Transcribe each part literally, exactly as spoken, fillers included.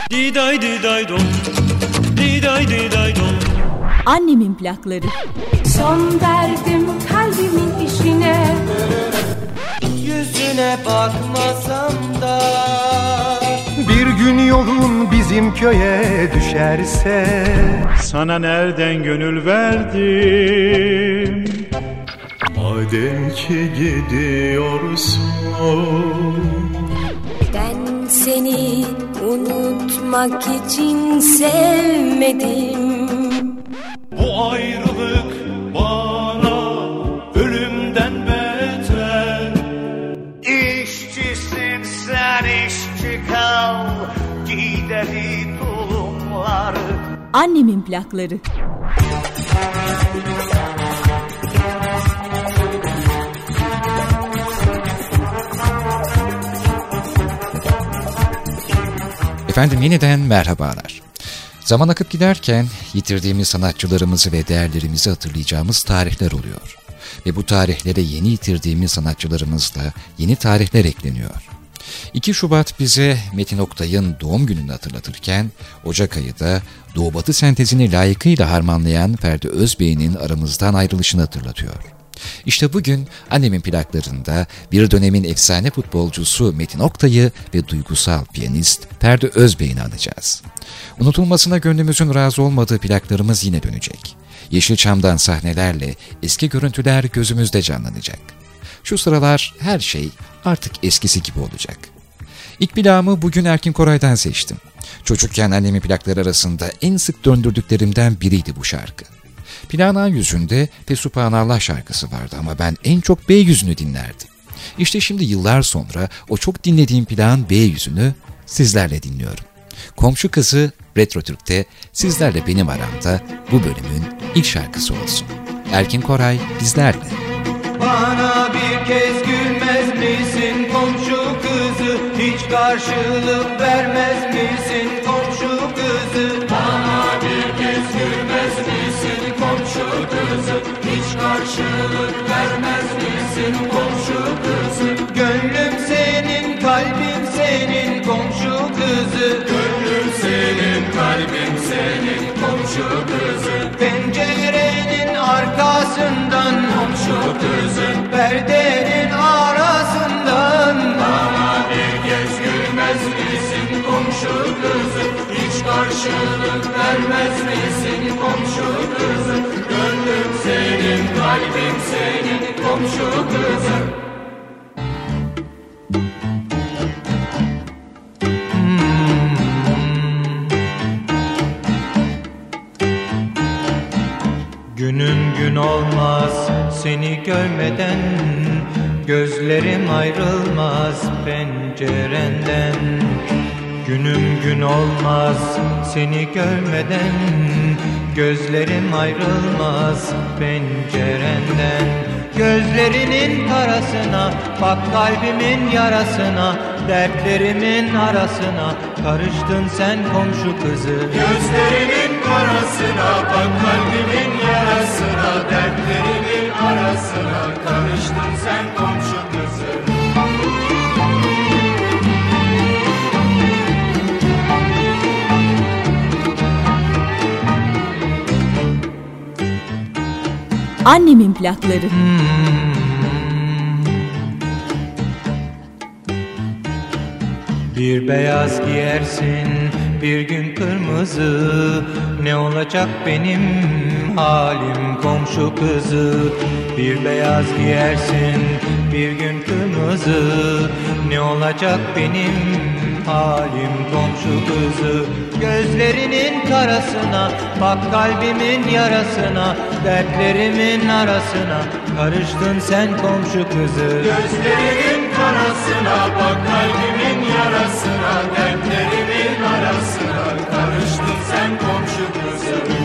Diday diday dom, diday diday dom. Annemin plakları. Son verdim kalbimin işine. Yüzüne bakmasam da. Bir gün yolun bizim köye düşerse. Sana nereden gönül verdim? Madem ki gidiyorsun. Ben seni unutmak için sevmedim. Bu ayrılık bana ölümden beter. İşçisin sen, işçi kal, gideri tulumları. Annemin plakları. Efendim yeniden merhabalar. Zaman akıp giderken yitirdiğimiz sanatçılarımızı ve değerlerimizi hatırlayacağımız tarihler oluyor. Ve bu tarihlere yeni yitirdiğimiz sanatçılarımızla yeni tarihler ekleniyor. iki Şubat bize Metin Oktay'ın doğum gününü hatırlatırken, Ocak ayı da Doğu Batı sentezini layıkıyla harmanlayan Ferdi Özbey'in aramızdan ayrılışını hatırlatıyor. İşte bugün annemin plaklarında bir dönemin efsane futbolcusu Metin Oktay'ı ve duygusal piyanist Ferdi Özbey'ini anacağız. Unutulmasına gönlümüzün razı olmadığı plaklarımız yine dönecek. Yeşilçam'dan sahnelerle eski görüntüler gözümüzde canlanacak. Şu sıralar her şey artık eskisi gibi olacak. İlk plağımı bugün Erkin Koray'dan seçtim. Çocukken annemin plakları arasında en sık döndürdüklerimden biriydi bu şarkı. Plağın A yüzünde Fesubhanallah şarkısı vardı ama ben en çok B yüzünü dinlerdim. İşte şimdi yıllar sonra o çok dinlediğim plağın B yüzünü sizlerle dinliyorum. Komşu Kızı Retro Türk'te sizlerle benim aramda bu bölümün ilk şarkısı olsun. Erkin Koray bizlerle. Bana bir kez gülmez misin komşu kızı? Hiç karşılık vermez misin komşu kızı? Bana bir kez gülmez misin komşu kızı? Hiç karşılık vermez misin komşu kızı? Gönlüm senin, kalbim senin komşu kızı. Gönlüm senin, kalbim senin komşu kızı. Pencerenin arkasından komşu kızı, perdenin arasından bana bir kez gülmez misin komşu kızı? Hiç karşılık vermez misin komşu kızı? Gönlüm senin, kalbim senin komşu kızı. Günün gün olmaz seni görmeden, gözlerim ayrılmaz pencerenden. Günüm gün olmaz seni görmeden, gözlerim ayrılmaz pencerenden. Gözlerinin karasına bak, kalbimin yarasına, dertlerimin arasına karıştın sen komşu kızı. Gözlerinin karasına bak, kalbimin yarasına, dertlerimin arasına karıştın sen komşu kızı. Annemin plakları. Bir beyaz giyersin, bir gün kırmızı. Ne olacak benim halim komşu kızı? Bir beyaz giyersin, bir gün kırmızı. Ne olacak benim halim komşu kızı? Gözlerinin karasına bak, kalbimin yarasına, dertlerimin arasına karıştın sen komşu kızı. Gözlerinin karasına bak, kalbimin yarasına, dertlerimin arasına karıştın sen komşu kızı.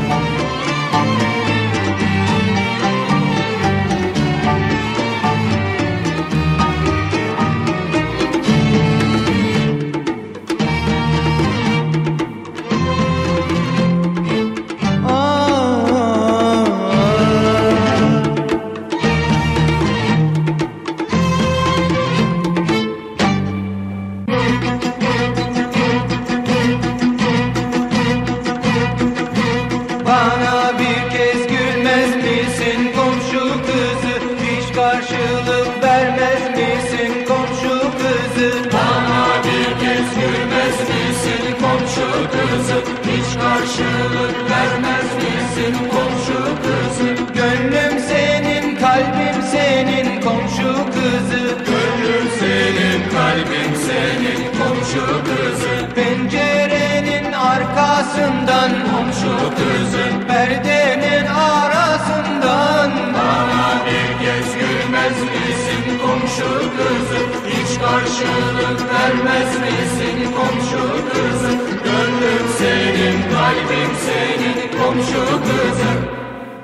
komşu kızı? Hiç karşılık vermez misin komşu kızı? Gönlüm senin, kalbim senin komşu kızı. Gönlüm senin, kalbim senin komşu kızı. Pencerenin arkasından komşu kızı, perdenin arasından bana bir kez gülmez misin komşu kızı? Hiç karşılık vermez misin komşu kızı? Gönlüm senin, kalbim senin komşu kızı.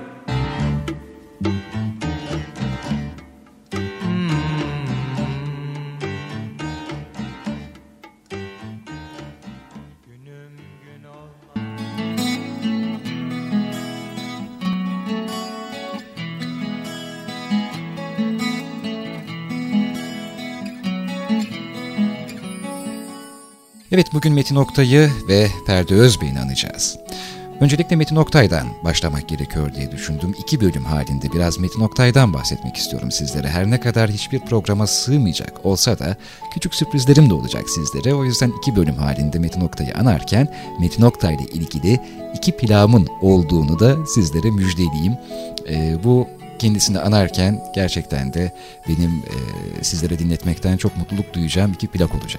Evet, bugün Metin Oktay'ı ve Ferdi Özbey'ini anacağız. Öncelikle Metin Oktay'dan başlamak gerekiyor diye düşündüm. İki bölüm halinde biraz Metin Oktay'dan bahsetmek istiyorum sizlere. Her ne kadar hiçbir programa sığmayacak olsa da küçük sürprizlerim de olacak sizlere. O yüzden iki bölüm halinde Metin Oktay'ı anarken Metin Oktay'la ilgili iki planımın olduğunu da sizlere müjdeleyeyim. Ee, bu kendisini anarken gerçekten de benim e, sizlere dinletmekten çok mutluluk duyacağım iki plak olacak.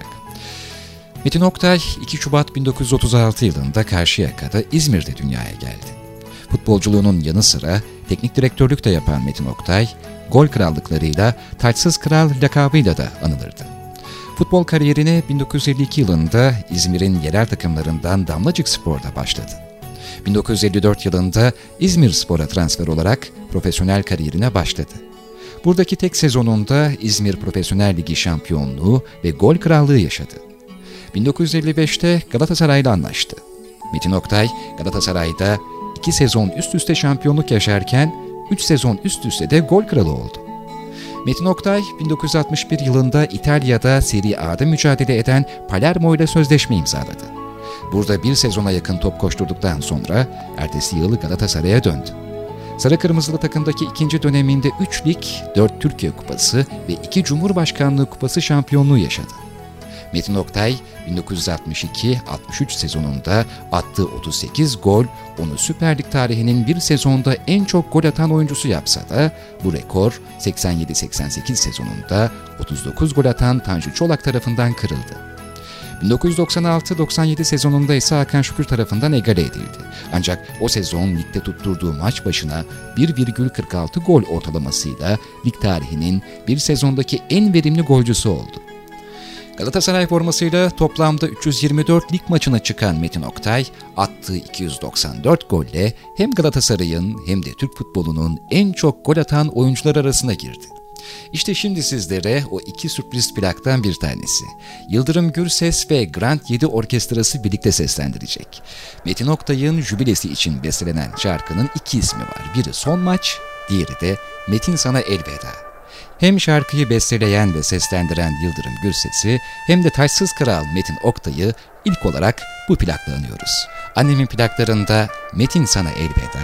Metin Oktay iki Şubat bin dokuz yüz otuz altı yılında Karşıyaka'da İzmir'de dünyaya geldi. Futbolculuğunun yanı sıra teknik direktörlük de yapan Metin Oktay, gol krallıklarıyla Taçsız Kral lakabıyla da anılırdı. Futbol kariyerine bin dokuz yüz elli iki yılında İzmir'in yerel takımlarından Damlacıkspor'da başladı. bin dokuz yüz elli dört yılında İzmirspor'a transfer olarak profesyonel kariyerine başladı. Buradaki tek sezonunda İzmir Profesyonel Ligi şampiyonluğu ve gol krallığı yaşadı. bin dokuz yüz elli beşte Galatasaray'la anlaştı. Metin Oktay, Galatasaray'da iki sezon üst üste şampiyonluk yaşarken üç sezon üst üste de gol kralı oldu. Metin Oktay, bin dokuz yüz altmış bir yılında İtalya'da Serie A'da mücadele eden Palermo ile sözleşme imzaladı. Burada bir sezona yakın top koşturduktan sonra ertesi yıl Galatasaray'a döndü. Sarı Kırmızılı takımdaki ikinci döneminde üç lig, dört Türkiye Kupası ve iki Cumhurbaşkanlığı Kupası şampiyonluğu yaşadı. Metin Oktay, bin dokuz yüz altmış iki altmış üç sezonunda attığı otuz sekiz gol, onu Süper Lig tarihinin bir sezonda en çok gol atan oyuncusu yapsa da, bu rekor seksen yedi seksen sekiz sezonunda otuz dokuz gol atan Tanju Çolak tarafından kırıldı. bin dokuz yüz doksan altı doksan yedi sezonunda ise Hakan Şükür tarafından egale edildi. Ancak o sezon ligde tutturduğu maç başına bir virgül kırk altı gol ortalamasıyla lig tarihinin bir sezondaki en verimli golcüsü oldu. Galatasaray formasıyla toplamda üç yüz yirmi dört lig maçına çıkan Metin Oktay, attığı iki yüz doksan dört golle hem Galatasaray'ın hem de Türk futbolunun en çok gol atan oyuncular arasına girdi. İşte şimdi sizlere o iki sürpriz plaktan bir tanesi. Yıldırım Gürses ve Grand yedi Orkestrası birlikte seslendirecek. Metin Oktay'ın jübilesi için bestelenen şarkının iki ismi var. Biri Son Maç, diğeri de Metin Sana Elveda. Hem şarkıyı besteleyen ve seslendiren Yıldırım Gürses'i hem de Taçsız Kral Metin Oktay'ı ilk olarak bu plakla anıyoruz. Annemin plaklarında Metin Sana Elveda.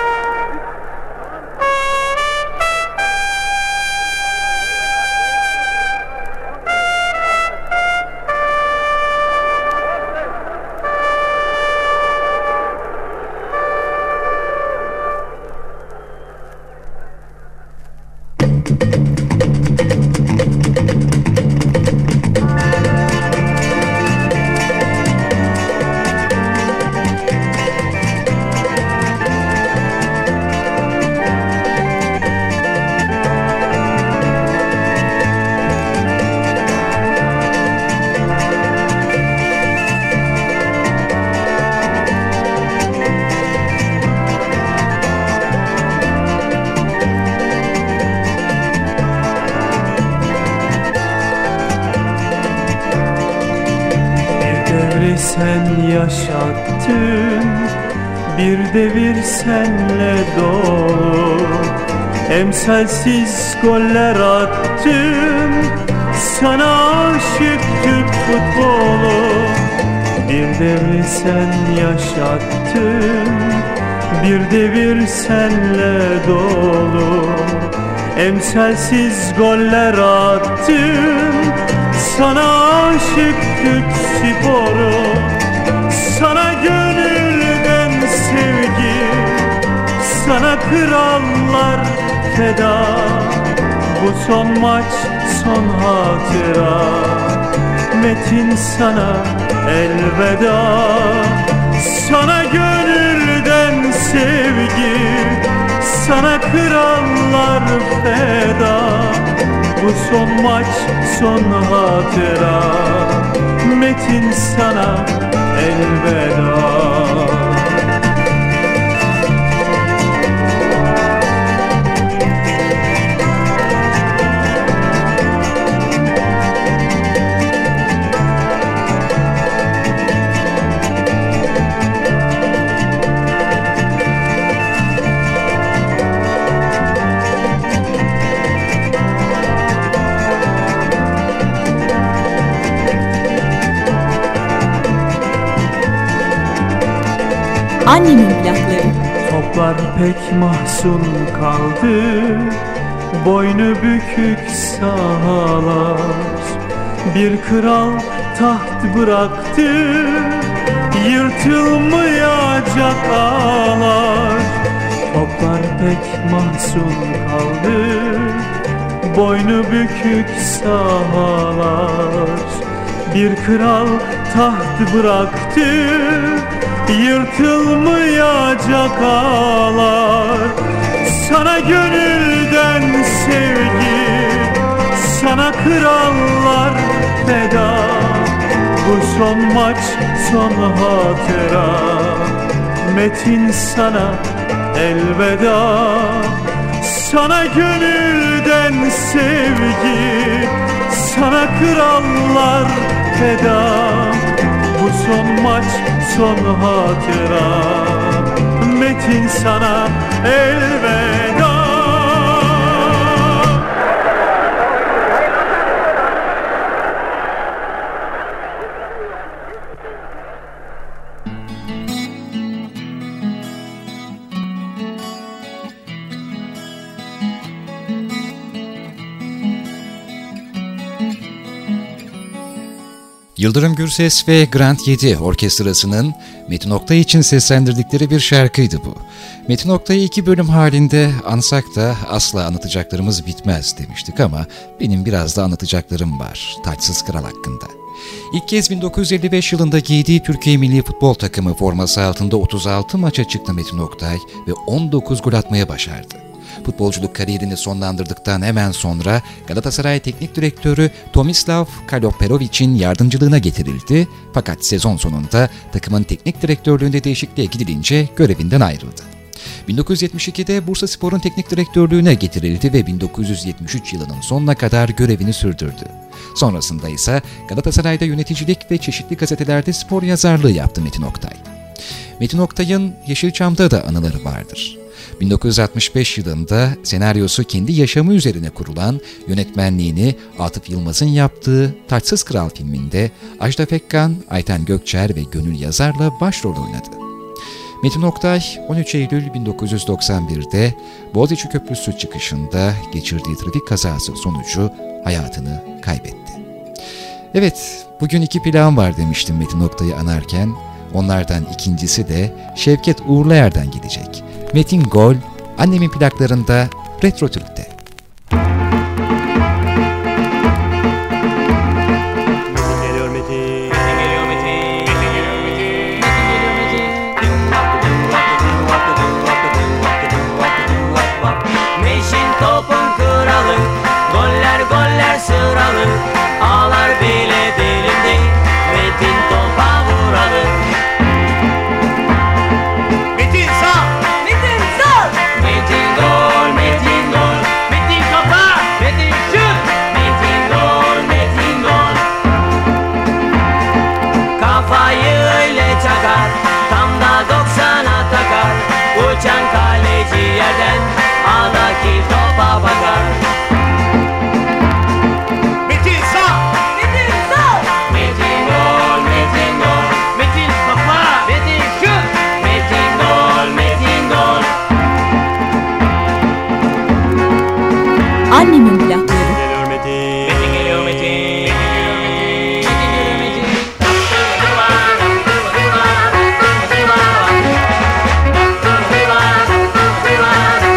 Sen yaşattın, bir devir senle dolu. Emsalsiz goller attım, sana aşık Türk futbolu. Bir devir sen yaşattın, bir devir senle dolu. Emsalsiz goller attım, sana aşık Türk sporu. krallar feda. Bu son maç, son hatıra. Metin sana elveda. Sana gönülden sevgi, sana krallar feda. Bu son maç, son hatıra. Metin sana elveda. Annemin plakları. Toplar pek mahzun kaldı, boynu bükük sahalar. Bir kral taht bıraktı, yırtılmayacak ağlar. Toplar pek mahzun kaldı, boynu bükük sahalar. Bir kral taht bıraktı, yırtılmayacak ağlar. Sana gönülden sevgi, sana krallar feda. Bu son maç, son hatıra. Metin sana elveda. Sana gönülden sevgi, sana krallar feda. Bu son maç, son hatıra. Metin sana elveda. Yıldırım Gürses ve Grant yedi Orkestrası'nın Metin Oktay için seslendirdikleri bir şarkıydı bu. Metin Oktay'ı iki bölüm halinde ansak da asla anlatacaklarımız bitmez demiştik ama benim biraz da anlatacaklarım var Taçsız Kral hakkında. İlk kez bin dokuz yüz elli beş yılında giydiği Türkiye Milli Futbol Takımı forması altında otuz altı maça çıktı Metin Oktay ve on dokuz gol atmaya başardı. Futbolculuk kariyerini sonlandırdıktan hemen sonra Galatasaray Teknik Direktörü Tomislav Kaloperovic'in yardımcılığına getirildi. Fakat sezon sonunda takımın teknik direktörlüğünde değişikliğe gidilince görevinden ayrıldı. bin dokuz yüz yetmiş ikide Bursaspor'un teknik direktörlüğüne getirildi ve bin dokuz yüz yetmiş üç yılının sonuna kadar görevini sürdürdü. Sonrasında ise Galatasaray'da yöneticilik ve çeşitli gazetelerde spor yazarlığı yaptı Metin Oktay. Metin Oktay'ın Yeşilçam'da da anıları vardır. bin dokuz yüz altmış beş yılında senaryosu kendi yaşamı üzerine kurulan, yönetmenliğini Atıf Yılmaz'ın yaptığı Taçsız Kral filminde Ajda Pekkan, Ayten Gökçer ve Gönül Yazar'la başrol oynadı. Metin Oktay on üç Eylül bin dokuz yüz doksan birde Boğaziçi Köprüsü çıkışında geçirdiği trafik kazası sonucu hayatını kaybetti. Evet, bugün iki plan var demiştim Metin Oktay'ı anarken. Onlardan ikincisi de Şevket Uğurlayar'dan gelecek. Metin Gol, annemin plaklarında Retro Türk'te. Geliyor Metin, geliyor Metin, geliyor Metin, Meşin topun kralı, goller goller sıralı, ağlar bile dilimde, Metin topa vuralı. Uçan kaleci yerden ağdaki topa bakar. Metin sağ! Metin sağ! Metin gol, Metin gol, Metin kafa, Metin şut, Metin gol, Metin gol. Annemin plakları. geliyor Metin, Metin geliyor Metin. Metin geliyor Metin.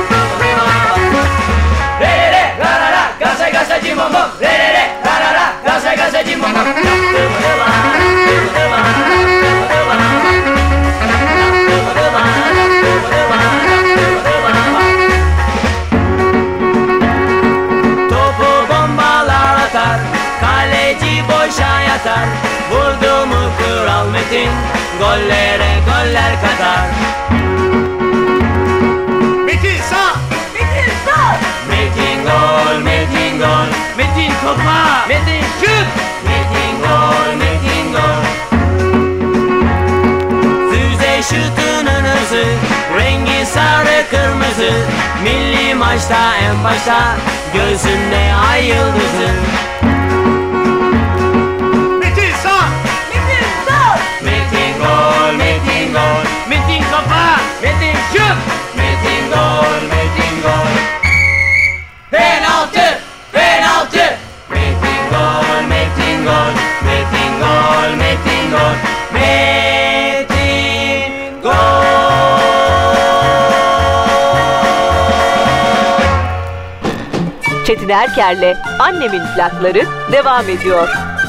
gollere goller katar. Metin sağ, Metin sağ. Metin gol, Metin gol. Metin topa, Metin şut. Metin gol, Metin gol. Füze şutunun hızı, rengi sarı kırmızı. Milli maçta en başta, gözünde ay yıldızı. Metin sağ, Metin sağ. Metin gol, Metin gol. Metin kafa, Metin şut. Metin gol, Metin gol. Penaltı, penaltı. Metin gol, Metin gol. Metin gol, Metin gol. Metin gol. Çetin Erker'le Annemin Plakları devam ediyor.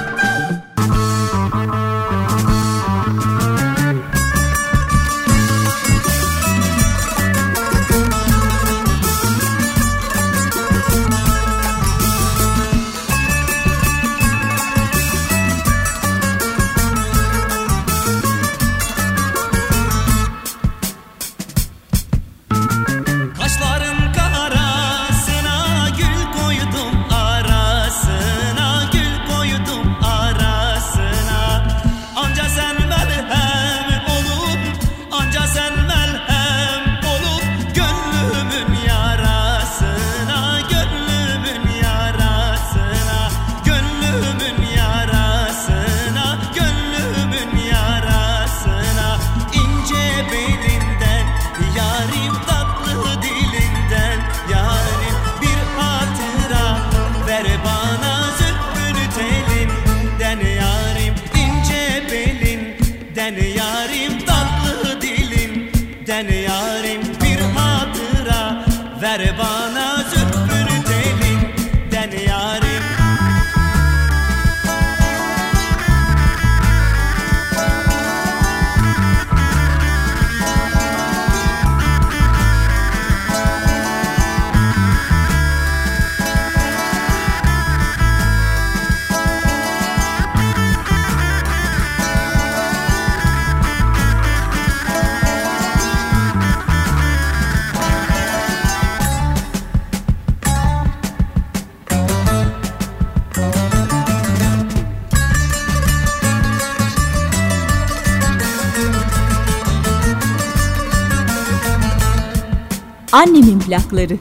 Annemin Plakları.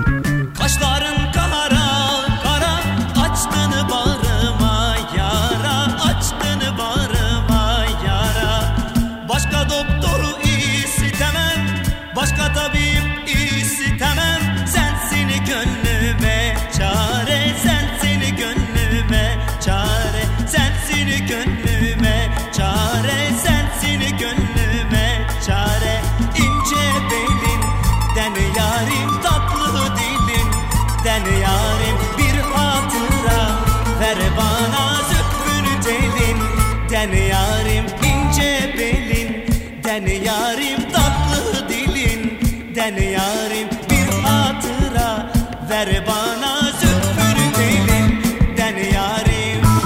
Kaşların kara kara, açtın bağrıma yara, açtın bağrıma yara. Başka doktoru istemem, başka tabip istemem. Sensin gönlüme çare, sensin gönlüme çare, sensin gönlüme çare, sensin gönlüme çare. İnce belinden yarim, tatlı dilinden yarim, bir hatıra ver bana zülfün telinden yarim. İnce belinden yarim, tatlı dilinden yarim, bir hatıra ver bana zülfün telinden yarim.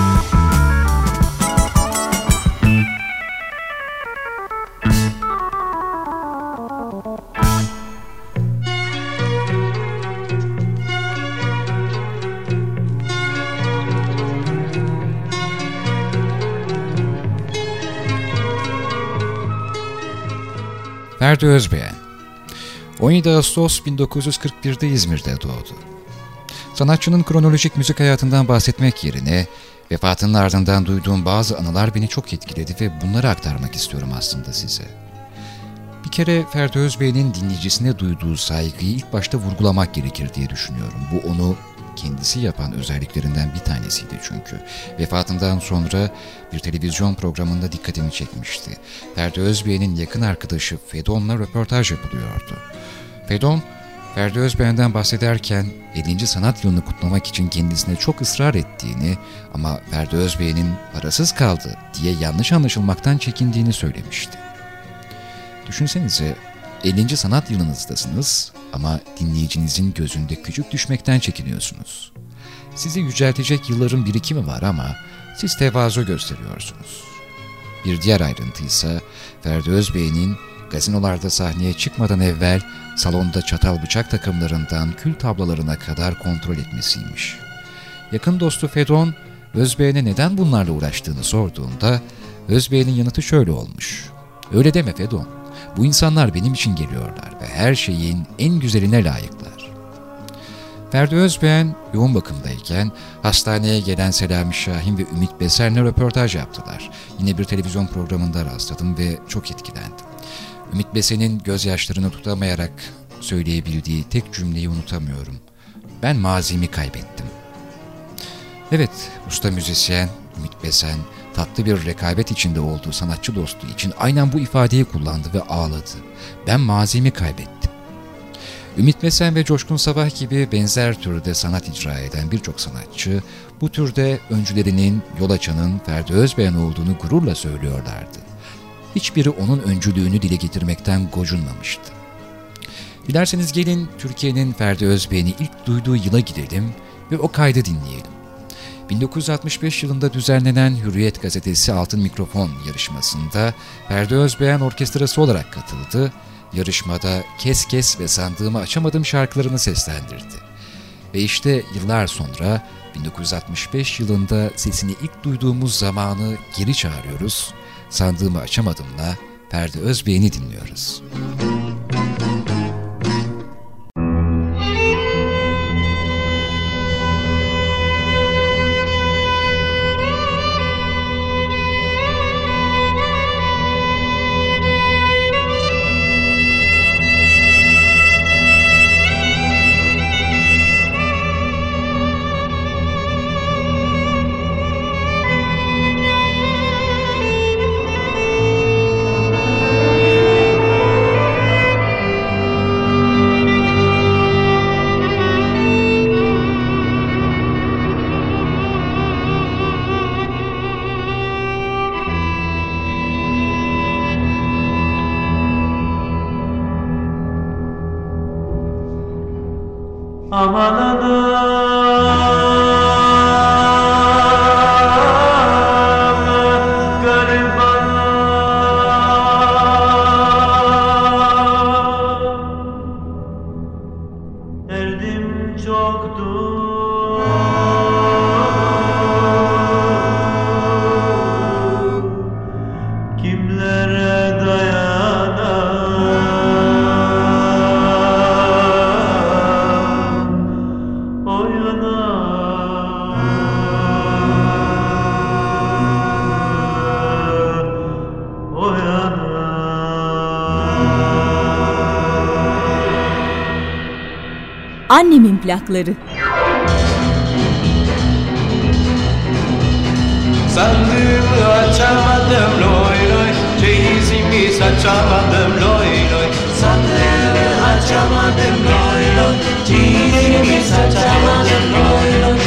Ferdi Özbeğen on yedi Ağustos bin dokuz yüz kırk bir'de İzmir'de doğdu. Sanatçının kronolojik müzik hayatından bahsetmek yerine vefatının ardından duyduğum bazı anılar beni çok etkiledi ve bunları aktarmak istiyorum aslında size. Bir kere Ferdi Özbeğen'in dinleyicisine duyduğu saygıyı ilk başta vurgulamak gerekir diye düşünüyorum. Bu onu kendisi yapan özelliklerinden bir tanesiydi çünkü. Vefatından sonra bir televizyon programında dikkatimi çekmişti. Ferdi Özbeğen'in yakın arkadaşı Fedon'la röportaj yapılıyordu. Fedon, Ferdi Özbeğen'den bahsederken ellinci sanat yılını kutlamak için kendisine çok ısrar ettiğini ama Ferdi Özbeğen'in parasız kaldı diye yanlış anlaşılmaktan çekindiğini söylemişti. Düşünsenize, ellinci sanat yılınızdasınız ama dinleyicinizin gözünde küçük düşmekten çekiniyorsunuz. Sizi yüceltecek yılların birikimi var ama siz tevazu gösteriyorsunuz. Bir diğer ayrıntı ise Ferdi Özbey'in gazinolarda sahneye çıkmadan evvel salonda çatal bıçak takımlarından kül tablalarına kadar kontrol etmesiymiş. Yakın dostu Fedon, Özbey'e neden bunlarla uğraştığını sorduğunda Özbey'in yanıtı şöyle olmuş: "Öyle deme Fedon, bu insanlar benim için geliyorlar ve her şeyin en güzeline layıklar." Ferdi Özbeğen yoğun bakımdayken hastaneye gelen Selami Şahin ve Ümit Besen'le röportaj yaptılar. Yine bir televizyon programında rastladım ve çok etkilendim. Ümit Besen'in gözyaşlarını tutamayarak söyleyebildiği tek cümleyi unutamıyorum: "Ben mazimi kaybettim." Evet, usta müzisyen Ümit Besen tatlı bir rekabet içinde olduğu sanatçı dostu için aynen bu ifadeyi kullandı ve ağladı. "Ben mazimi kaybettim." Ümit Besen ve Coşkun Sabah gibi benzer türde sanat icra eden birçok sanatçı bu türde öncülerinin, yol açanın Ferdi Özbeğen olduğunu gururla söylüyorlardı. Hiçbiri onun öncülüğünü dile getirmekten gocunmamıştı. Dilerseniz gelin Türkiye'nin Ferdi Özbeğen'i ilk duyduğu yıla gidelim ve o kaydı dinleyelim. bin dokuz yüz altmış beş yılında düzenlenen Hürriyet Gazetesi Altın Mikrofon yarışmasında Ferdi Özbeğen orkestrası olarak katıldı. Yarışmada Kes Kes ve Sandığımı Açamadım şarkılarını seslendirdi. Ve işte yıllar sonra bin dokuz yüz altmış beş yılında sesini ilk duyduğumuz zamanı geri çağırıyoruz. Sandığımı Açamadım'la Ferdi Özbeğen'i dinliyoruz. Aman anam garip anam, derdim çoktur, kimlere dayanam. Annemin plakları. Sandığımı açamadım loy loy, çeyizimi saçamadım loy loy. Sandığımı açamadım loy loy, çeyizimi saçamadım loy loy.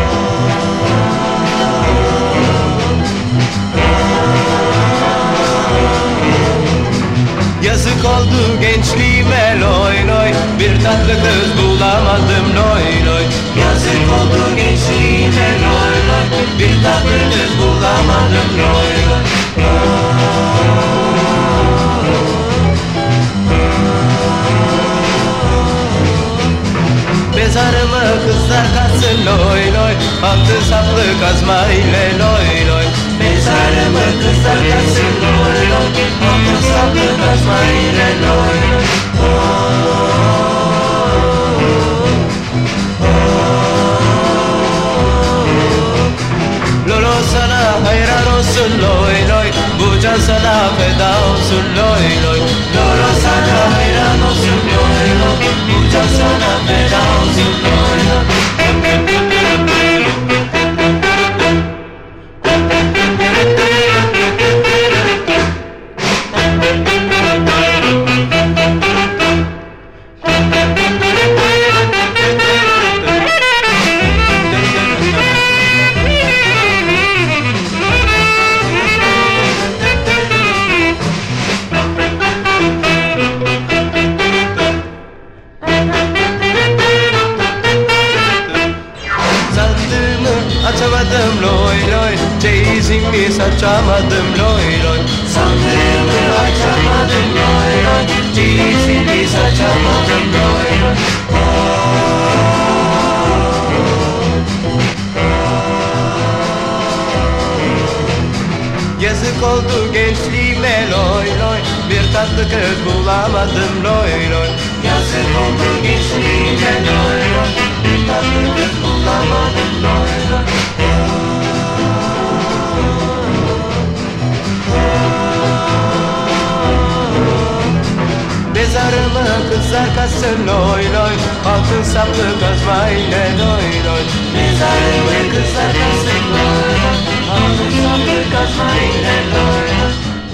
Yazık oldu gençliğime loy loy, bir tatlı kız bulamadım loy loy. Yazık oldu gençliğime loy loy, bir tatlı kız bulamadım loy loy. Mezarıma kızlar katsın loy loy, altı saplı kazma ile loy loy. Mezarıma kızlar katsın loy loy, altı saplı kazma ile loy loy. Lolo sana hayran olsun loy loy, bu can sana feda olsun loy loy. Lolo sana hayran olsun loy loy, bu can sana feda olsun loy loy. oldu gençliğime loy loy. Bir tatlı kız bulamadım loy loy. Yazık oldu gençliğime loy loy. Bir tatlı kız bulamadım loy loy. Mezarımı kız arkası loy loy. Altın saplı kazma ile loy loy. Mezarımı kız arkası loy loy. Altın saplı kazma ile loy loy.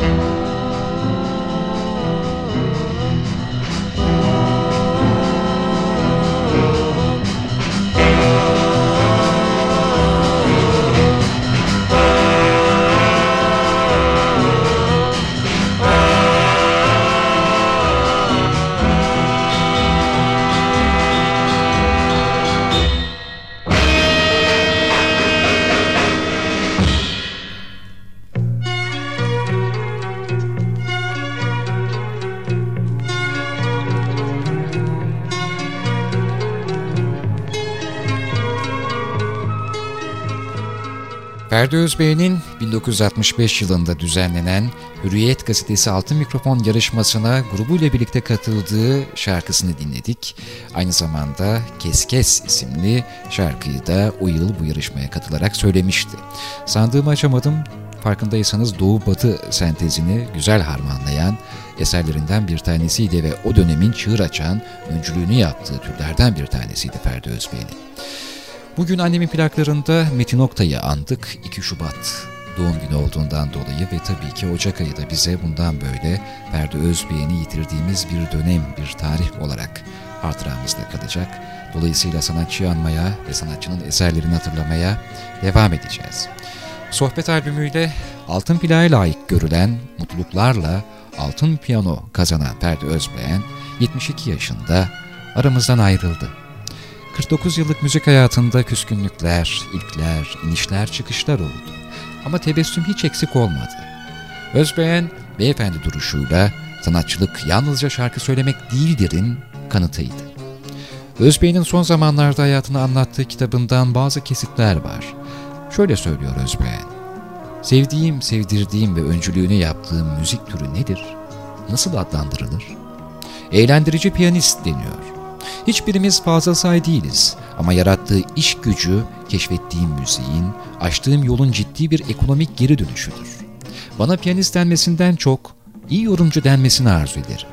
Ferdi Özbey'in bin dokuz yüz altmış beş yılında düzenlenen Hürriyet Gazetesi Altın Mikrofon yarışmasına grubuyla birlikte katıldığı şarkısını dinledik. Aynı zamanda Kes Kes isimli şarkıyı da o yıl bu yarışmaya katılarak söylemişti. Sandığımı açamadım, farkındaysanız Doğu-Batı sentezini güzel harmanlayan eserlerinden bir tanesiydi ve o dönemin çığır açan öncülüğünü yaptığı türlerden bir tanesiydi Ferdi Özbey'in. Bugün annemin plaklarında Metin Oktay'ı andık. iki Şubat doğum günü olduğundan dolayı ve tabii ki Ocak ayı da bize bundan böyle Ferdi Özbey'ini yitirdiğimiz bir dönem, bir tarih olarak hatıramızda kalacak. Dolayısıyla sanatçıyı anmaya ve sanatçının eserlerini hatırlamaya devam edeceğiz. Sohbet albümüyle altın plağa layık görülen Mutluluklarla altın piyano kazanan Ferdi Özbeğen yetmiş iki yaşında aramızdan ayrıldı. kırk dokuz yıllık müzik hayatında küskünlükler, ilkler, inişler, çıkışlar oldu. Ama tebessüm hiç eksik olmadı. Özbeğen, beyefendi duruşuyla sanatçılık yalnızca şarkı söylemek değildir'in kanıtıydı. Özbeğen'in son zamanlarda hayatını anlattığı kitabından bazı kesitler var. Şöyle söylüyor Özbeğen: "Sevdiğim, sevdirdiğim ve öncülüğünü yaptığım müzik türü nedir? Nasıl adlandırılır? Eğlendirici piyanist deniyor. Hiçbirimiz fazla say değiliz ama yarattığı iş gücü, keşfettiğim müziğin, açtığım yolun ciddi bir ekonomik geri dönüşüdür. Bana piyanist denmesinden çok iyi yorumcu denmesini arzu ederim."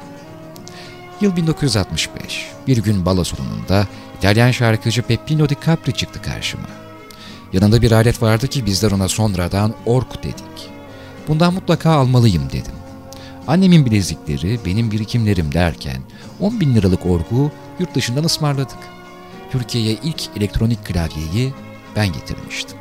Yıl bin dokuz yüz altmış beş. Bir gün balo salonunda İtalyan şarkıcı Peppino Di Capri çıktı karşıma. Yanında bir alet vardı ki bizler ona sonradan org dedik. "Bundan mutlaka almalıyım" dedim. Annemin bilezikleri, benim birikimlerim derken on bin liralık orgu yurt dışından ısmarladık. Türkiye'ye ilk elektronik klavyeyi ben getirmiştim.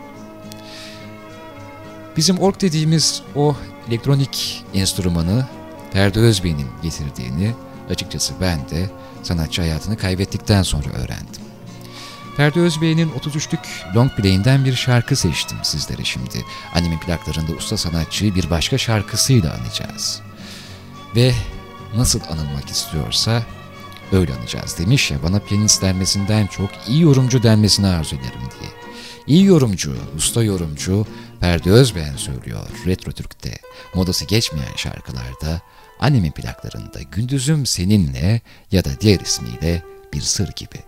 Bizim org dediğimiz o elektronik enstrümanı Ferdi Özbey'in getirdiğini açıkçası ben de sanatçı hayatını kaybettikten sonra öğrendim. Ferdi Özbey'in otuz üçlük long play'inden bir şarkı seçtim sizlere şimdi. Annemin plaklarında usta sanatçıyı bir başka şarkısıyla anacağız. Ve nasıl anılmak istiyorsa öyle anacağız demiş ya, bana piyanist denmesinden çok iyi yorumcu denmesini arzu ederim diye. İyi yorumcu, usta yorumcu Ferdi Özbeğen söylüyor Retro Türk'te, modası geçmeyen şarkılarda, annemin plaklarında Gündüzüm Seninle ya da diğer ismiyle Bir Sır Gibi.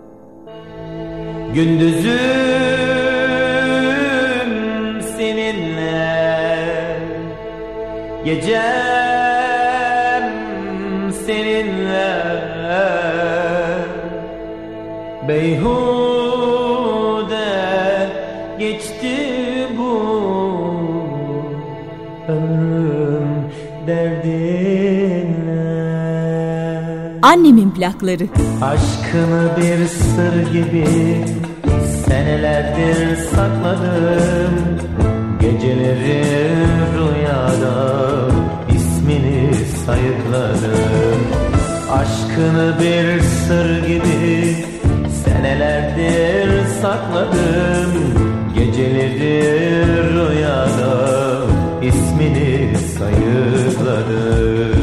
Gündüzüm seninle Gecem seninle beyhude geçti bu ömrüm derdinle. Annemin plakları. Aşkını bir sır gibi senelerdir sakladım. Geceleri rüyada ismini sayıkladım. Aşkını bir sır gibi senelerdir sakladım. Geceleri rüyada ismini sayıkladım.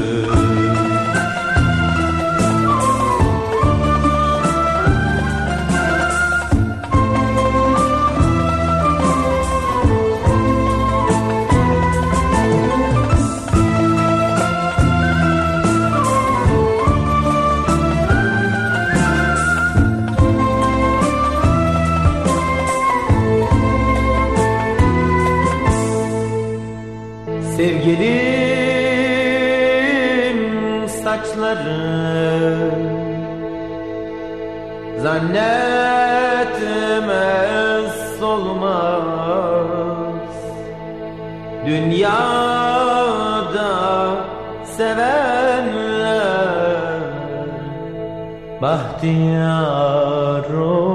Sevgilim saçları zannetme solmaz. Dünyada sevenler bahtiyar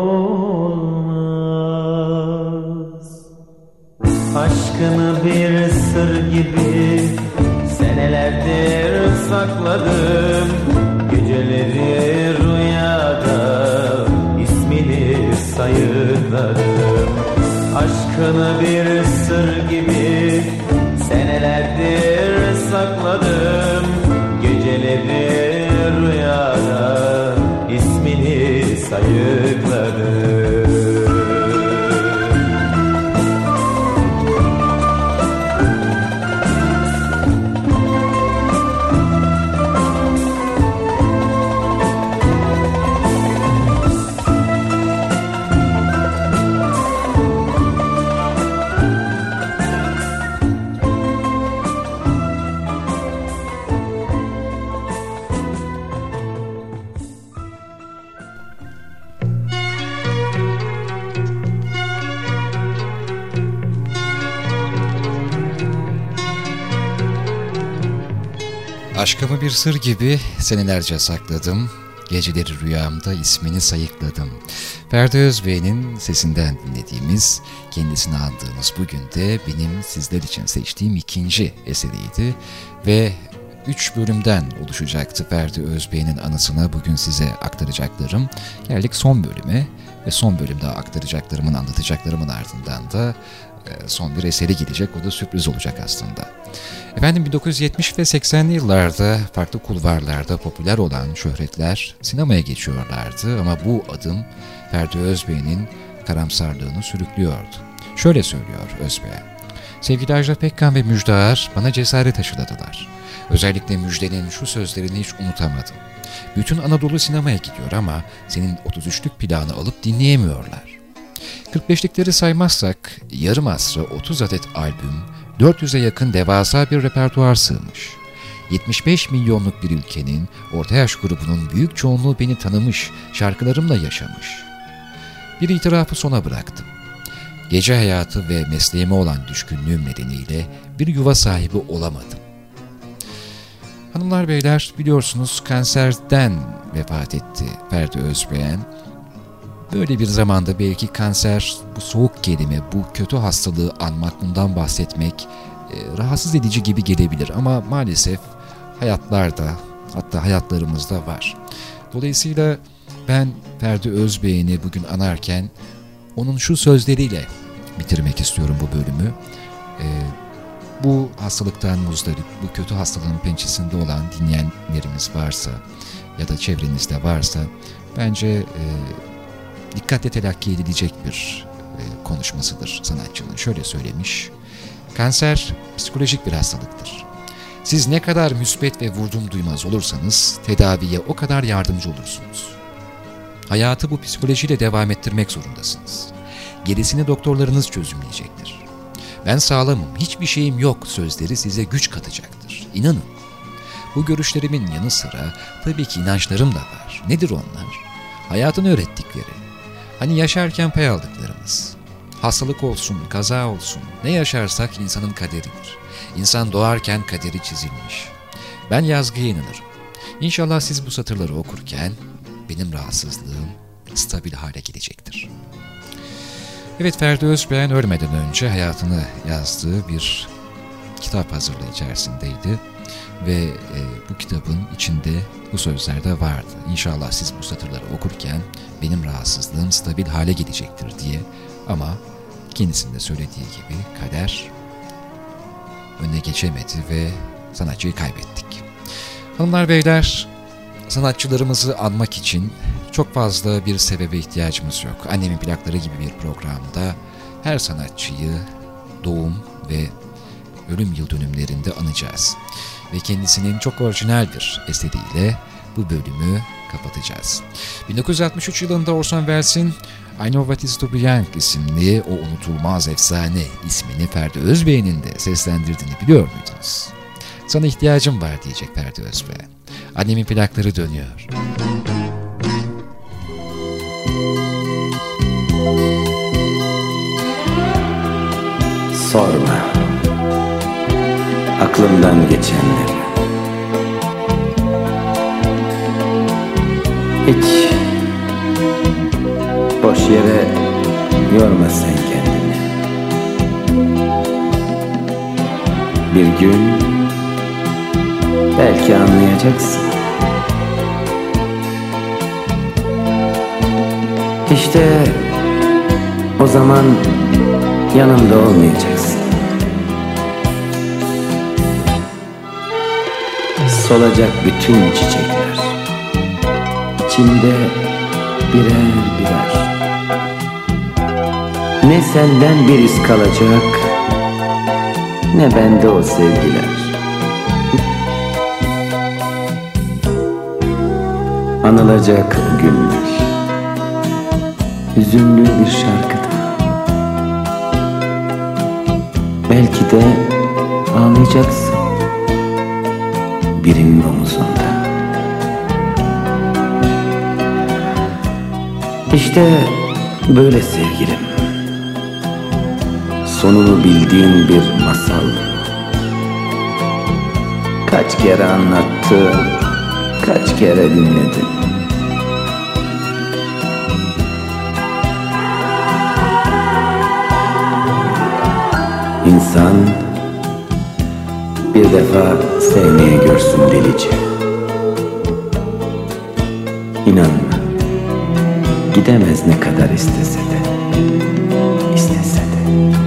olmaz. Aşkını bir sır gibi senelerdir sakladım. Geceleri rüyada ismini sayıkladım. Aşkını bir sır gibi senelerdir sakladım. Geceleri rüyada ismini sayıkladım. Aşkımı bir sır gibi senelerce sakladım, geceleri rüyamda ismini sayıkladım. Ferdi Özbey'in sesinden dinlediğimiz, kendisini andığımız bugün de benim sizler için seçtiğim ikinci eseriydi ve üç bölümden oluşacaktı Ferdi Özbey'in anısına bugün size aktaracaklarım. Geldik son bölüme ve son bölümde aktaracaklarımın, anlatacaklarımın ardından da son bir eseri gelecek. O da sürpriz olacak aslında. Efendim bin dokuz yüz yetmiş ve seksenli yıllarda farklı kulvarlarda popüler olan şöhretler sinemaya geçiyorlardı ama bu adım Ferdi Özbey'in karamsarlığını sürüklüyordu. Şöyle söylüyor Özbey: "Sevgili Ajda Pekkan ve Müjde Ar bana cesaret aşıladılar. Özellikle Müjde'nin şu sözlerini hiç unutamadım. Bütün Anadolu sinemaya gidiyor ama senin otuz üçlük planı alıp dinleyemiyorlar. kırk beşlikleri saymazsak yarım asra otuz adet albüm, dört yüze yakın devasa bir repertuar sığmış. yetmiş beş milyonluk bir ülkenin orta yaş grubunun büyük çoğunluğu beni tanımış, şarkılarımla yaşamış. Bir itirafı sona bıraktım. Gece hayatı ve mesleğime olan düşkünlüğüm nedeniyle bir yuva sahibi olamadım." Hanımlar beyler, biliyorsunuz kanserden vefat etti Ferdi Özbeğen. Böyle bir zamanda belki kanser, bu soğuk kelime, bu kötü hastalığı anmak, bundan bahsetmek e, rahatsız edici gibi gelebilir ama maalesef hayatlarda, hatta hayatlarımızda var. Dolayısıyla ben Ferdi Özbeğen'i bugün anarken onun şu sözleriyle bitirmek istiyorum bu bölümü. E, bu hastalıktan muzdarip, bu kötü hastalığın pençesinde olan dinleyenlerimiz varsa ya da çevrenizde varsa bence e, dikkatle telakki edilecek bir e, konuşmasıdır sanatçının. Şöyle söylemiş: "Kanser psikolojik bir hastalıktır. Siz ne kadar müsbet ve vurdum duymaz olursanız tedaviye o kadar yardımcı olursunuz. Hayatı bu psikolojiyle devam ettirmek zorundasınız. Gerisini doktorlarınız çözümleyecektir. Ben sağlamım, hiçbir şeyim yok sözleri size güç katacaktır. İnanın. Bu görüşlerimin yanı sıra tabii ki inançlarım da var. Nedir onlar? Hayatın öğrettikleri. Hani yaşarken pay aldıklarımız. Hastalık olsun, kaza olsun, ne yaşarsak insanın kaderidir. İnsan doğarken kaderi çizilmiş. Ben yazgıya inanırım. İnşallah siz bu satırları okurken benim rahatsızlığım stabil hale gelecektir. Evet, Ferdi Özbeğen ölmeden önce hayatını yazdığı bir kitap hazırlığı içerisindeydi. Ve e, bu kitabın içinde bu sözler de vardı. İnşallah siz bu satırları okurken benim rahatsızlığım stabil hale gelecektir diye. Ama kendisinin de söylediği gibi kader önüne geçemedi ve sanatçıyı kaybettik. Hanımlar beyler, sanatçılarımızı anmak için çok fazla bir sebebe ihtiyacımız yok. Annemin plakları gibi bir programda her sanatçıyı doğum ve ölüm yıl dönümlerinde anacağız. Ve kendisinin çok orijinal bir eseriyle bu bölümü kapatacağız. bin dokuz yüz altmış üç yılında Orson Welles'in I Know What Is To Be Young isimli o unutulmaz efsane ismini Ferdi Özbeğen'in de seslendirdiğini biliyor muydunuz? Sana ihtiyacım var diyecek Ferdi Özbeğen. Annemin plakları dönüyor. Sorma aklımdan geçenleri, hiç boş yere yorma sen kendini. Bir gün belki anlayacaksın. İşte o zaman yanımda olmayacaksın. Solacak bütün çiçekler, içinde birer birer. Ne senden bir iz kalacak, ne bende o sevgiler. Anılacak o günler, hüzünlü bir şarkıda. Belki de ağlayacaksın birinin omuzunda. İşte böyle sevgilim, sonunu bildiğin bir masal. Kaç kere anlattım, kaç kere dinledim. İnsan bir defa sevmeye görsün delice. İnanma, gidemez ne kadar istese de, istese de.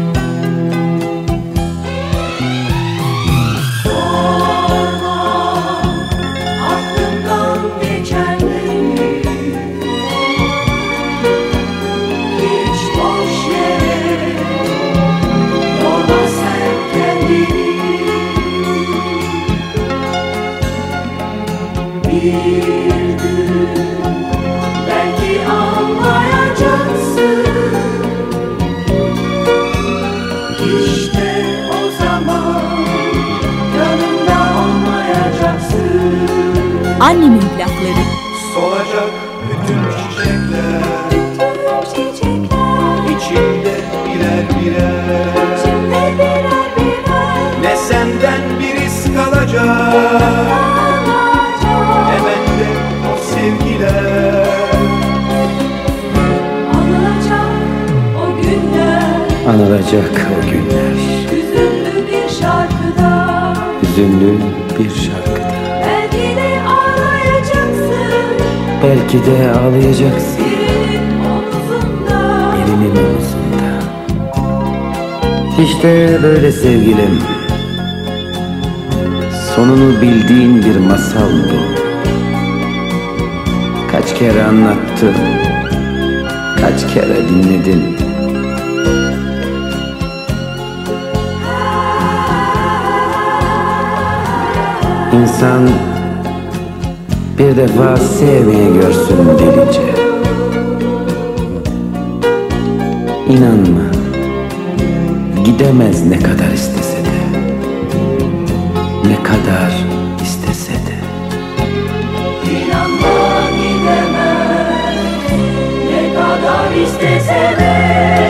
Annemin plakları. Solacak bütün çiçekler, bütün çiçekler, içinde birer birer, içinde birer birer. Ne senden bir iz kalacak, ne bende o sevgiler. Anılacak o günler, Anılacak o günler, hüzünlü bir şarkıda, hüzünlü bir şarkıda. belki de ağlayacaksın, Belki de ağlayacaksın birinin omuzunda, birinin omuzunda. İşte böyle sevgilim, sonunu bildiğin bir masal bu. Kaç kere anlattım, kaç kere dinledin. İnsan bir defa sevmeye görsün delice. İnanma, Gidemez ne kadar istese de, ne kadar istese de. İnanma gidemez ne kadar istese de.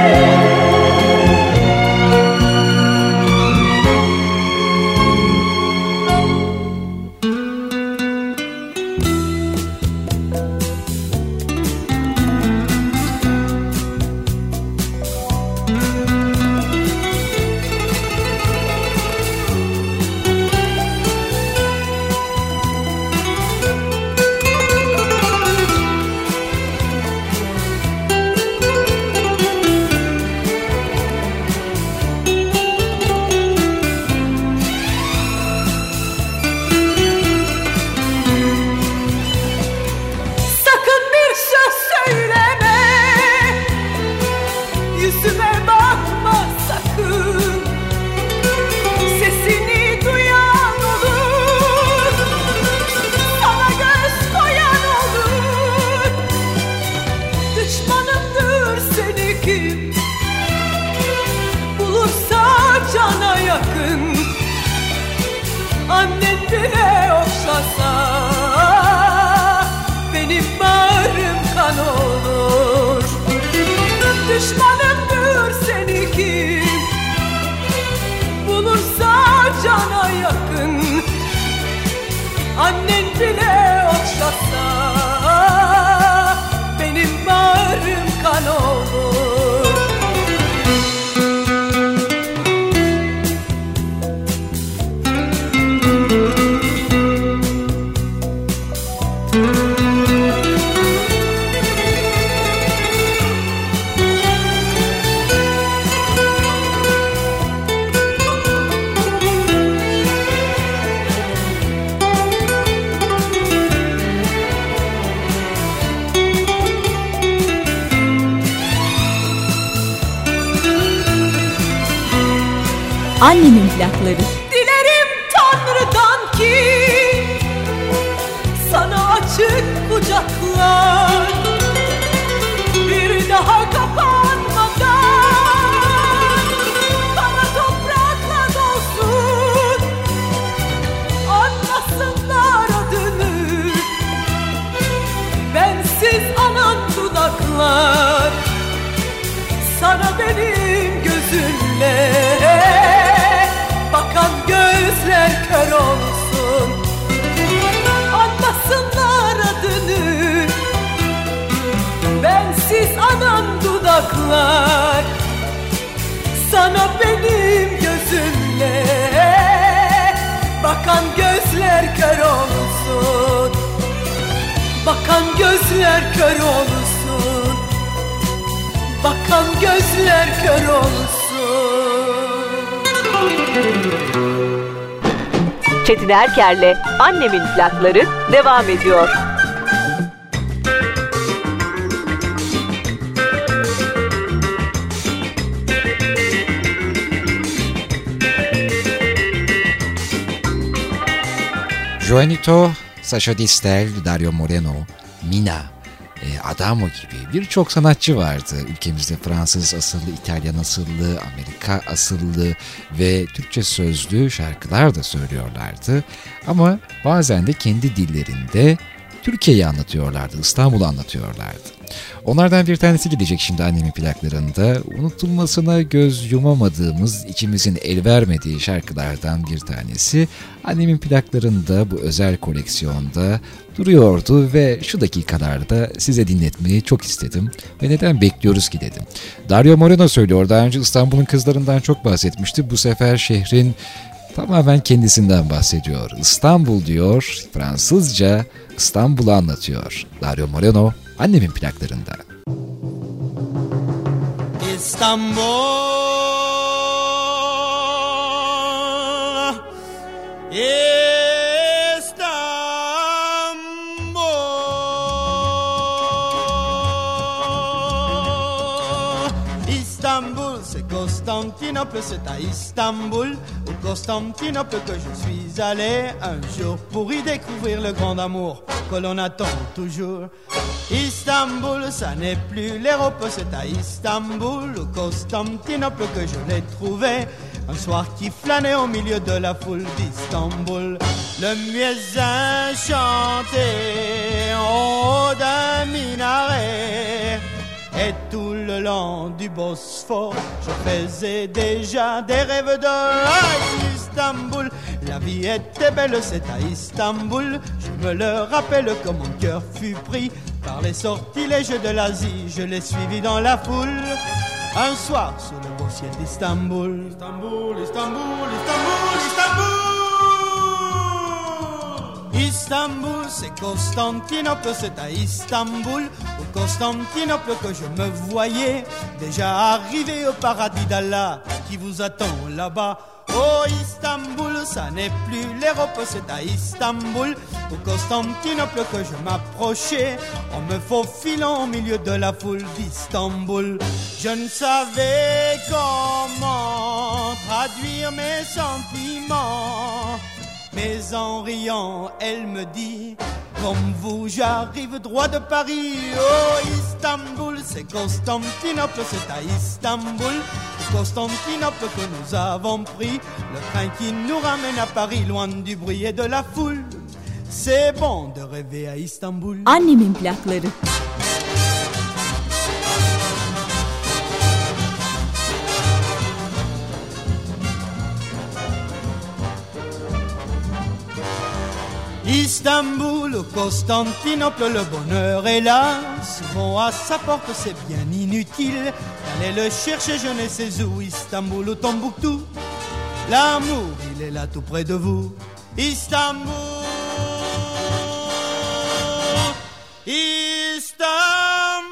Annemin plakları. Dilerim Tanrı'dan ki sana açık kucaklar bir daha kapanmadan bana toprakla dolsun, anlasınlar adını bensiz anan dudaklar sana benim gözümle bakan gözler kör olsun, anlasınlar adını bensiz anan dudaklar sana benim gözümle bakan gözler kör olsun, bakan gözler kör olsun, bakan gözler kör olsun. Çetin Erker'le Annemin plakları devam ediyor. Juanito, Sasha Distel, Dario Moreno, Mina, Adamo gibi birçok sanatçı vardı. Ülkemizde Fransız asıllı, İtalyan asıllı, Amerika asıllı ve Türkçe sözlü şarkılar da söylüyorlardı. Ama bazen de kendi dillerinde Türkiye'yi anlatıyorlardı, İstanbul'u anlatıyorlardı. Onlardan bir tanesi gidecek şimdi annemin plaklarında. Unutulmasına göz yumamadığımız, içimizin el vermediği şarkılardan bir tanesi. Annemin plaklarında bu özel koleksiyonda duruyordu ve şu dakikalarda size dinletmeyi çok istedim. Ve neden bekliyoruz ki dedim. Dario Moreno söylüyor. Daha önce İstanbul'un kızlarından çok bahsetmişti. Bu sefer şehrin tamamen kendisinden bahsediyor. İstanbul diyor, Fransızca İstanbul'u anlatıyor. Dario Moreno, annemin plaklarında. İstanbul, İstanbul, c'est Constantinople, c'est à Istanbul où Constantinople que je suis allé un jour pour y découvrir le grand amour que l'on attend toujours. Istanbul, ça n'est plus l'Europe, c'est à Istanbul, au Constantinople que je l'ai trouvé. Un soir qui flânait au milieu de la foule d'Istanbul. Le muezzin chantait en haut d'un minaret. Et tout le long du Bosphore, je faisais déjà des rêves de Istanbul. La vie était belle, c'est à Istanbul. Je me le rappelle que mon cœur fut pris par les sortilèges de l'Asie. Je l'ai suivi dans la foule. Un soir, sous le beau ciel d'Istanbul. Istanbul, Istanbul, Istanbul, Istanbul. Istanbul, c'est Constantinople, c'est à Istanbul, au Constantinople que je me voyais déjà arrivé au paradis d'Allah qui vous attend là-bas. Oh Istanbul, ça n'est plus l'Europe, c'est à Istanbul, au Constantinople que je m'approchais en me faufilant au milieu de la foule d'Istanbul. Je ne savais comment traduire mes sentiments, mais en riant, elle me dit: comme vous, j'arrive droit de Paris. Oh, Istanbul, c'est Constantinople, c'est à Istanbul, au Constantinople que nous avons pris le train qui nous ramène à Paris, loin du bruit et de la foule. C'est bon de rêver à Istanbul. Annemin plakları. Istanbul, au Constantinople, le bonheur est là. Souvent à sa porte, c'est bien inutile d'aller le chercher, je ne sais où. Istanbul ou Tombouctou, l'amour, il est là tout près de vous. Istanbul, Istanbul.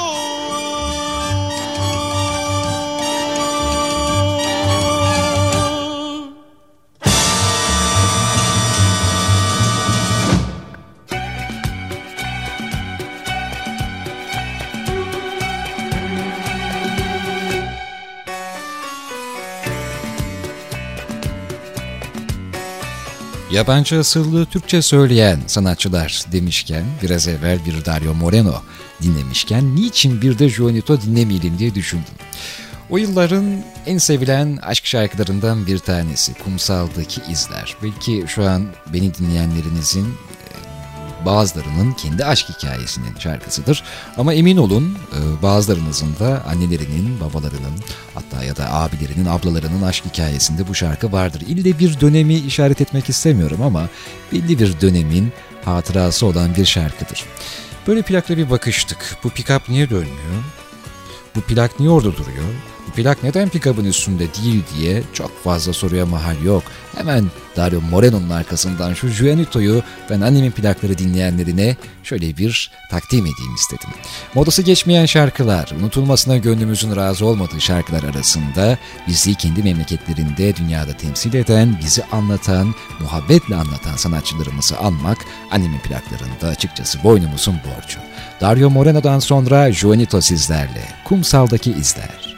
Yabancı asıllı Türkçe söyleyen sanatçılar demişken, biraz evvel bir Dario Moreno dinlemişken, niçin bir de Juanito dinlemeyelim diye düşündüm. O yılların en sevilen aşk şarkılarından bir tanesi, Kumsal'daki İzler. Belki şu an beni dinleyenlerinizin bazılarının kendi aşk hikayesinin şarkısıdır. Ama emin olun bazılarınızın da annelerinin, babalarının, hatta ya da abilerinin, ablalarının aşk hikayesinde bu şarkı vardır. İlle bir dönemi işaret etmek istemiyorum ama belli bir dönemin hatırası olan bir şarkıdır. Böyle plakla bir bakıştık. Bu pick-up niye dönmüyor? Bu plak niye orada duruyor? Bu plak neden pick-up'ın üstünde değil diye çok fazla soruya mahal yok. Hemen Dario Moreno'nun arkasından şu Juanito'yu ben annemin plakları dinleyenlerine şöyle bir takdim edeyim istedim. Modası geçmeyen şarkılar, unutulmasına gönlümüzün razı olmadığı şarkılar arasında bizi kendi memleketlerinde dünyada temsil eden, bizi anlatan, muhabbetle anlatan sanatçılarımızı anmak annemin plaklarında açıkçası boynumuzun borcu. Dario Moreno'dan sonra Juanito sizlerle, Kumsal'daki İzler.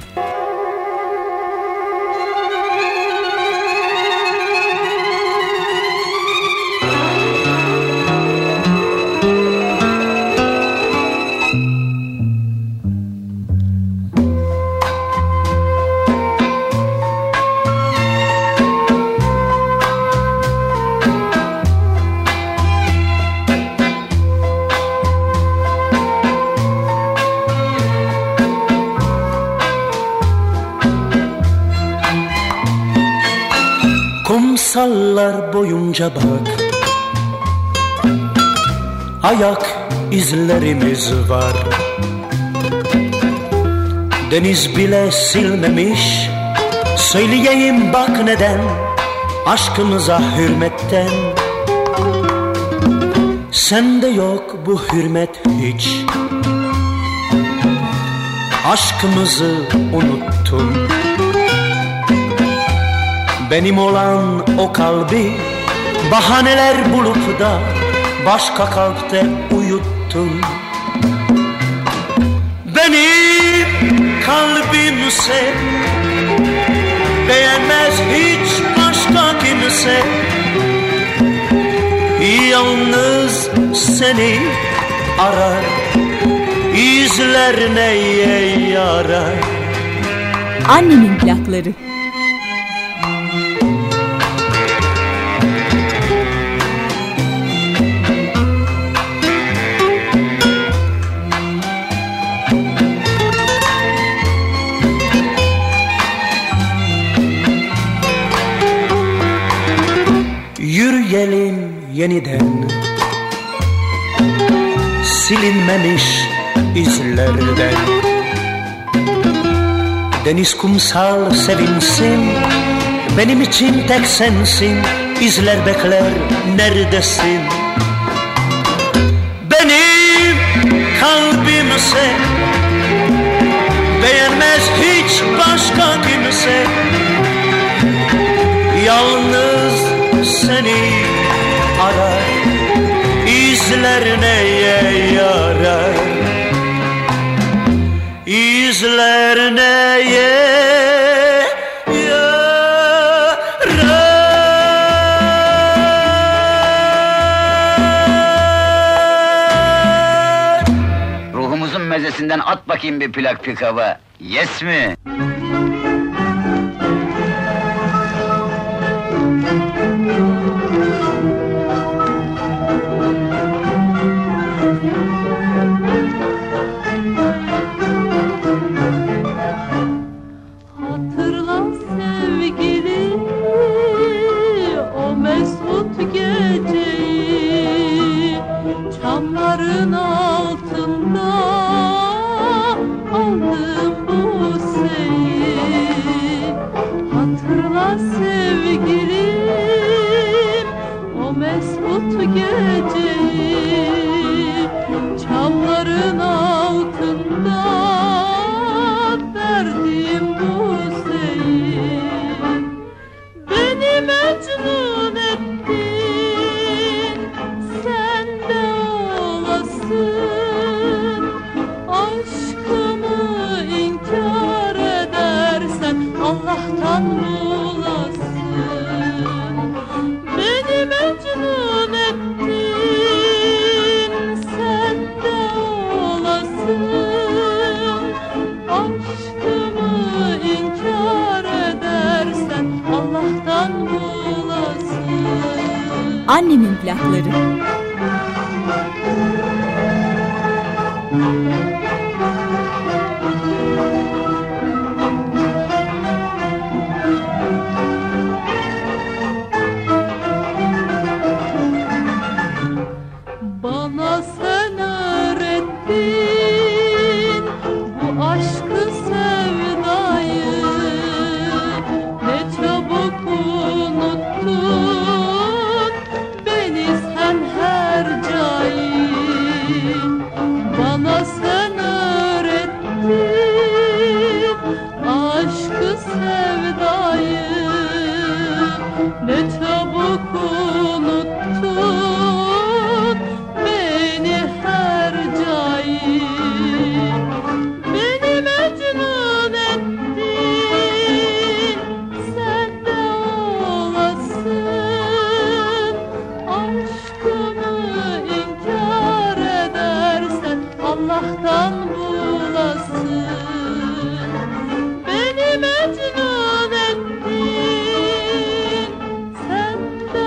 Kumsallar boyunca bak, ayak izlerimiz var. Deniz bile silmemiş, söyleyeyim bak neden, aşkımıza hürmetten. Sende yok bu hürmet hiç, aşkımızı unuttun. Benim olan o kalbi bahaneler bulup da başka kalpte uyuttun. Benim kalbimse beğenmez hiç başka başka kimse, yalnız seni arar, izler neye yarar? Annemin plakları. Yürüyelim yeniden silinmemiş izlerden. Deniz kumsal sevinsin, benim için tek sensin. İzler bekler neredesin? Benim kalbimse beğenmez hiç başka kimse, yalnız seni arar, izler neye yarar? İzler neye yarar? Ruhumuzun mezesinden at bakayım bir plak pikava. Yes mi? Çamların altında aldım bu seyi. Hatırla sevgilim o mesut geceyi. Çamların altında verdim bu seyi. Beni mecnun ettin, sen de olasın. Aşkımı inkar edersen Allah'tan bulasın. Beni mecnun ettin, sen de olasın. Aşkımı inkar edersen Allah'tan bulasın. Annemin plakları. Bana sen öğrettin bu aşkı sevdayı. Ne çabuk unuttun beni sen her cayı. Bana sen öğrettin aşkı sevdayı. Ne çabuk unuttun beni her cayı. Beni mecnun ettin, sen de olasın. Aşkımı inkar edersen Allah'tan bulasın. Beni mecnun ettin, sen de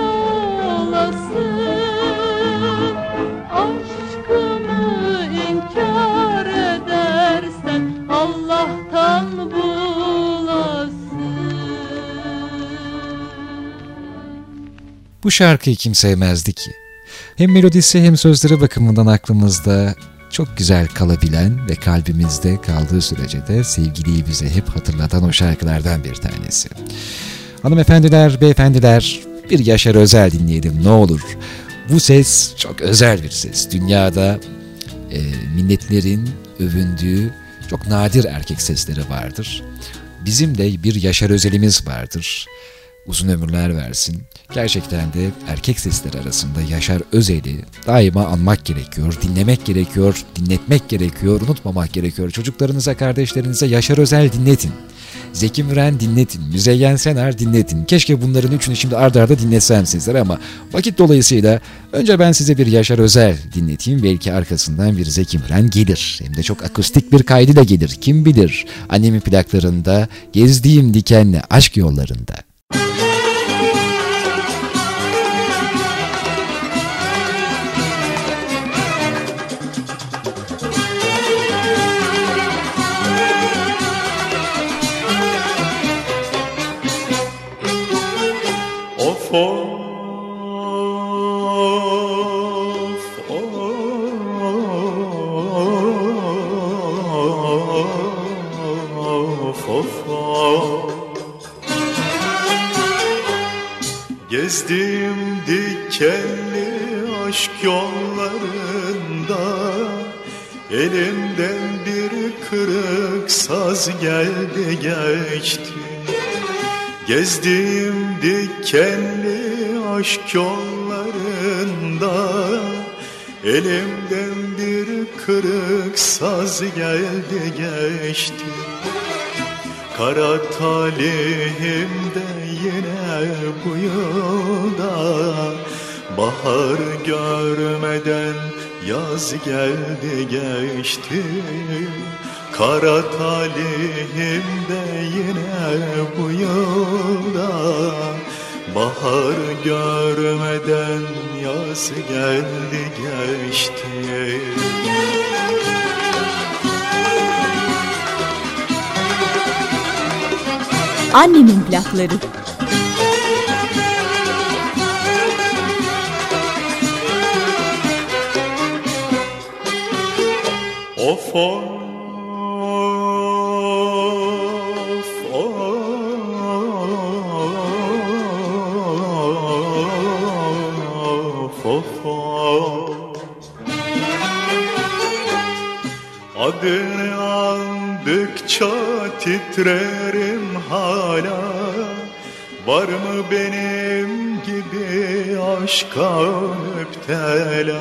olasın. Aşkımı inkar edersen Allah'tan bulasın. Bu şarkıyı kim sevmezdi ki? Hem melodisi hem sözleri bakımından aklımızda çok güzel kalabilen ve kalbimizde kaldığı sürece de sevgiliyi bize hep hatırlatan o şarkılardan bir tanesi. Hanımefendiler, beyefendiler, bir Yaşar Özel dinleyelim ne olur. Bu ses çok özel bir ses. Dünyada e, milletlerin övündüğü çok nadir erkek sesleri vardır. Bizim de bir Yaşar Özel'imiz vardır. Uzun ömürler versin. Gerçekten de erkek sesleri arasında Yaşar Özel'i daima anmak gerekiyor, dinlemek gerekiyor, dinletmek gerekiyor, unutmamak gerekiyor. Çocuklarınıza, kardeşlerinize Yaşar Özel dinletin. Zeki Müren dinletin, Müzeyyen Senar dinletin. Keşke bunların üçünü şimdi arda arda dinletsem sizlere ama vakit dolayısıyla önce ben size bir Yaşar Özel dinleteyim. Belki arkasından bir Zeki Müren gelir. Hem de çok akustik bir kaydıyla gelir. Kim bilir? Annemin plaklarında, gezdiğim dikenli aşk yollarında. Of of of of of Gezdim dikenli aşk yollarında, elimden bir kırık saz geldi geçti. Gezdim dikenli aşk yollarında, elimden bir kırık saz geldi geçti. Kara talihimde yine bu yılda, bahar görmeden yaz geldi geçti. Kara talihimde yine bu yılda, bahar görmeden yaz geldi geçti. Annemin plakları. Of of adını andıkça titrerim hala. Var mı benim gibi aşka müptela?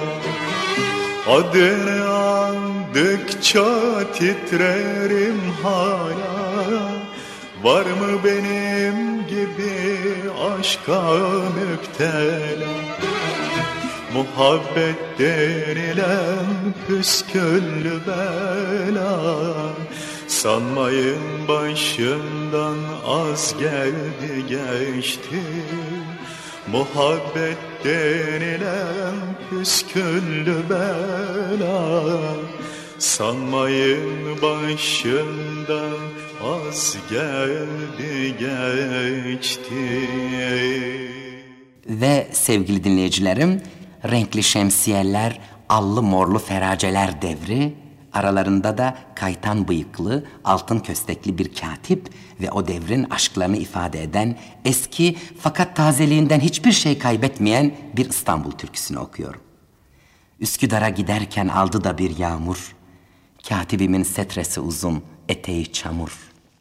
Adını andıkça titrerim hala. Var mı benim gibi aşka müptela? Muhabbet denilen püsküllü bela, sanmayın başımdan az geldi geçti. Muhabbet denilen püsküllü bela, sanmayın başımdan az geldi geçti. Ve sevgili dinleyicilerim, renkli şemsiyeler, allı morlu feraceler devri, aralarında da kaytan bıyıklı, altın köstekli bir katip ve o devrin aşklarını ifade eden eski fakat tazeliğinden hiçbir şey kaybetmeyen bir İstanbul türküsünü okuyorum. Üsküdar'a giderken aldı da bir yağmur, katibimin setresi uzun, eteği çamur.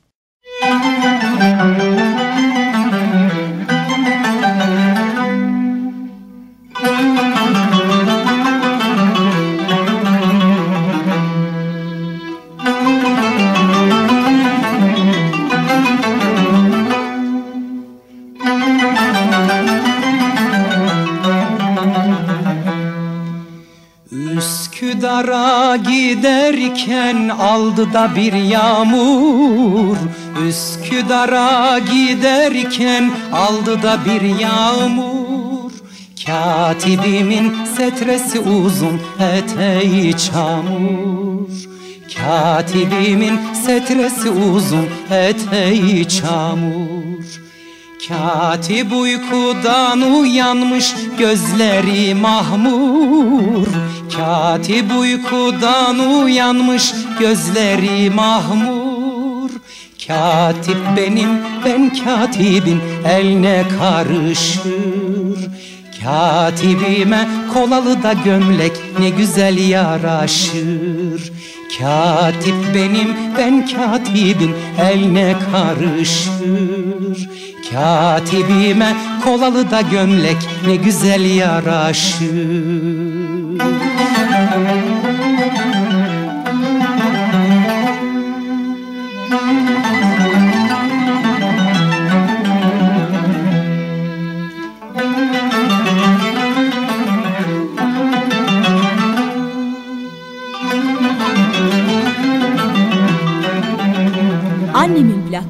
Üsküdar'a giderken aldı da bir yağmur. Üsküdar'a giderken aldı da bir yağmur. Katibimin setresi uzun, eteği çamur. Katibimin setresi uzun, eteği çamur. Katip uykudan uyanmış, gözleri mahmur. Katip uykudan uyanmış, gözleri mahmur. Katip benim, ben katibin, eline karışır. Katibime kolalı da gömlek ne güzel yaraşır. Katip benim, ben katibin, eline karışır. Katibime kolalı da gömlek ne güzel yaraşır.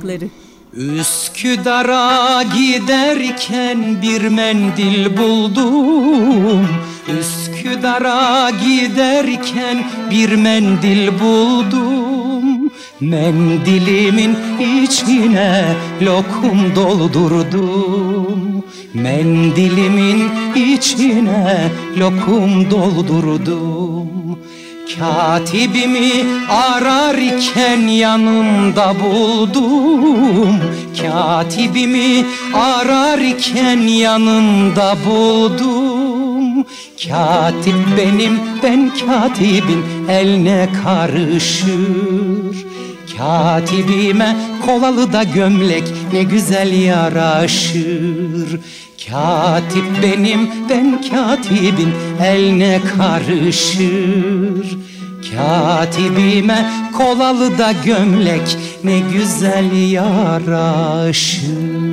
plakları. Üsküdar'a giderken bir mendil buldum. Üsküdar'a giderken bir mendil buldum. Mendilimin içine lokum doldurdum. Mendilimin içine lokum doldurdum. Katibimi ararken yanımda buldum. Katibimi ararken yanımda buldum. Katip benim, ben katibin, el ne karışır. Katibime kolalı da gömlek ne güzel yaraşır. Katip benim, ben katibin, el ne karışır. Katibime kolalı da gömlek ne güzel yaraşır.